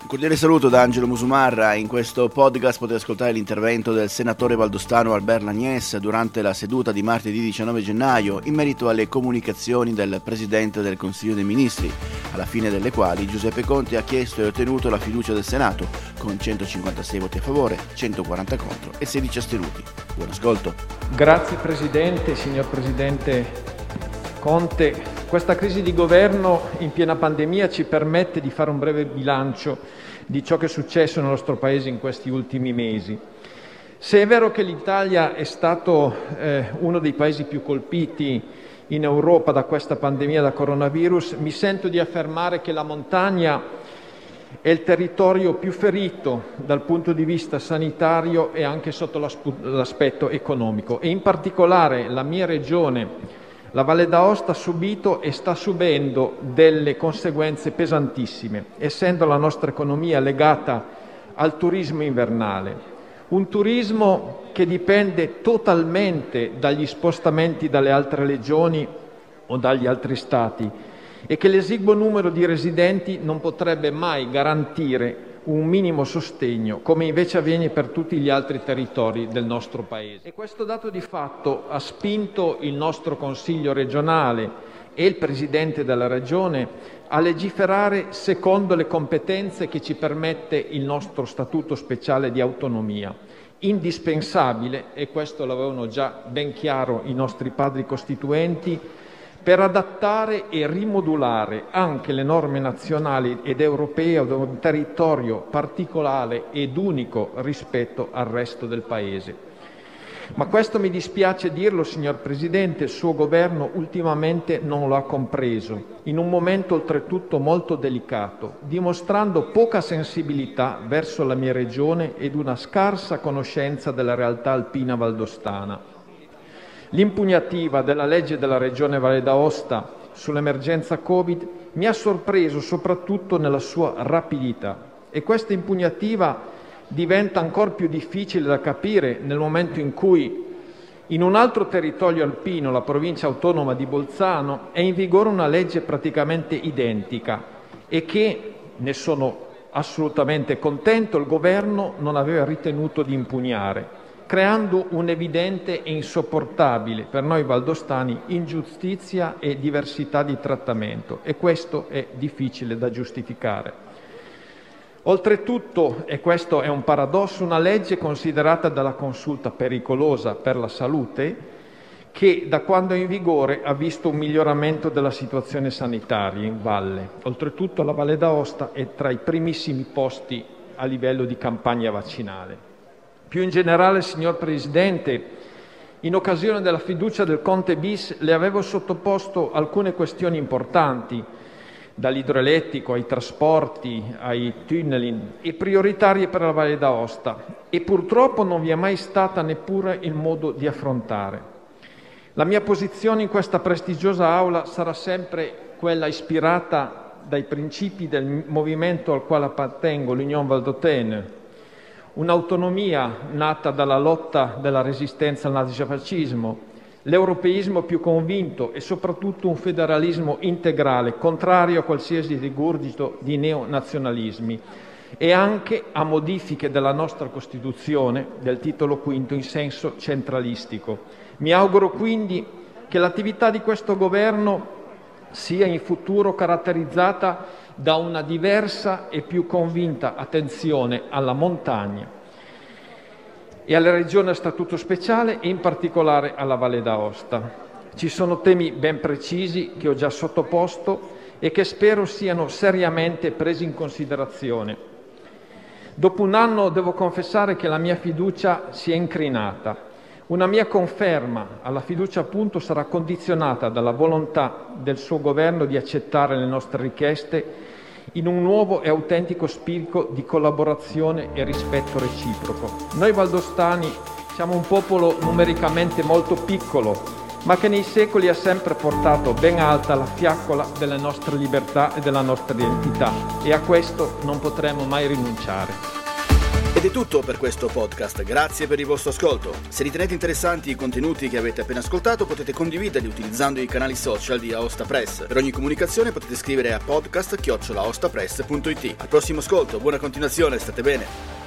cordiale saluto da Angelo Musumarra. In questo podcast potete ascoltare l'intervento del senatore valdostano Albert Lagnès durante la seduta di martedì 19 gennaio in merito alle comunicazioni del Presidente del Consiglio dei Ministri, alla fine delle quali Giuseppe Conte ha chiesto e ottenuto la fiducia del Senato con 156 voti a favore, 140 contro e 16 astenuti. Buon ascolto. Grazie Presidente, signor Presidente Conte. Questa crisi di governo in piena pandemia ci permette di fare un breve bilancio di ciò che è successo nel nostro Paese in questi ultimi mesi. Se è vero che l'Italia è stato uno dei paesi più colpiti in Europa da questa pandemia da coronavirus, mi sento di affermare che la montagna è il territorio più ferito dal punto di vista sanitario e anche sotto l'aspetto economico. E in particolare la mia regione, la Valle d'Aosta, ha subito e sta subendo delle conseguenze pesantissime, essendo la nostra economia legata al turismo invernale. Un turismo che dipende totalmente dagli spostamenti dalle altre regioni o dagli altri stati e che l'esiguo numero di residenti non potrebbe mai garantire un minimo sostegno, come invece avviene per tutti gli altri territori del nostro Paese. E questo dato di fatto ha spinto il nostro Consiglio regionale e il Presidente della Regione a legiferare secondo le competenze che ci permette il nostro Statuto speciale di autonomia, indispensabile, e questo l'avevano già ben chiaro i nostri padri costituenti, per adattare e rimodulare anche le norme nazionali ed europee ad un territorio particolare ed unico rispetto al resto del Paese. Ma questo, mi dispiace dirlo, signor Presidente, il suo governo ultimamente non lo ha compreso, in un momento oltretutto molto delicato, dimostrando poca sensibilità verso la mia regione ed una scarsa conoscenza della realtà alpina valdostana. L'impugnativa della legge della Regione Valle d'Aosta sull'emergenza Covid mi ha sorpreso soprattutto nella sua rapidità e questa impugnativa diventa ancora più difficile da capire nel momento in cui in un altro territorio alpino, la provincia autonoma di Bolzano, è in vigore una legge praticamente identica e che, ne sono assolutamente contento, il governo non aveva ritenuto di impugnare, creando un'evidente e insopportabile per noi valdostani ingiustizia e diversità di trattamento, e questo è difficile da giustificare. Oltretutto, e questo è un paradosso, una legge considerata dalla Consulta pericolosa per la salute, che da quando è in vigore ha visto un miglioramento della situazione sanitaria in valle. Oltretutto la Valle d'Aosta è tra i primissimi posti a livello di campagna vaccinale. Più in generale, signor Presidente, in occasione della fiducia del Conte bis le avevo sottoposto alcune questioni importanti, dall'idroelettrico ai trasporti, ai tunnel, e prioritarie per la Valle d'Aosta, e purtroppo non vi è mai stata neppure il modo di affrontare. La mia posizione in questa prestigiosa aula sarà sempre quella ispirata dai principi del movimento al quale appartengo, l'Union Valdôtaine, un'autonomia nata dalla lotta della resistenza al nazifascismo, l'europeismo più convinto e soprattutto un federalismo integrale, contrario a qualsiasi rigurgito di neonazionalismi e anche a modifiche della nostra Costituzione, del titolo quinto, in senso centralistico. Mi auguro quindi che l'attività di questo governo sia in futuro caratterizzata da una diversa e più convinta attenzione alla montagna e alle regioni a statuto speciale e in particolare alla Valle d'Aosta. Ci sono temi ben precisi che ho già sottoposto e che spero siano seriamente presi in considerazione. Dopo un anno devo confessare che la mia fiducia si è incrinata. Una mia conferma alla fiducia, appunto, sarà condizionata dalla volontà del suo governo di accettare le nostre richieste in un nuovo e autentico spirito di collaborazione e rispetto reciproco. Noi valdostani siamo un popolo numericamente molto piccolo, ma che nei secoli ha sempre portato ben alta la fiaccola delle nostre libertà e della nostra identità, e a questo non potremo mai rinunciare. Ed è tutto per questo podcast, grazie per il vostro ascolto. Se ritenete interessanti i contenuti che avete appena ascoltato, potete condividerli utilizzando i canali social di Aosta Press. Per ogni comunicazione potete scrivere a podcast@aostapress.it. Al prossimo ascolto, buona continuazione, state bene.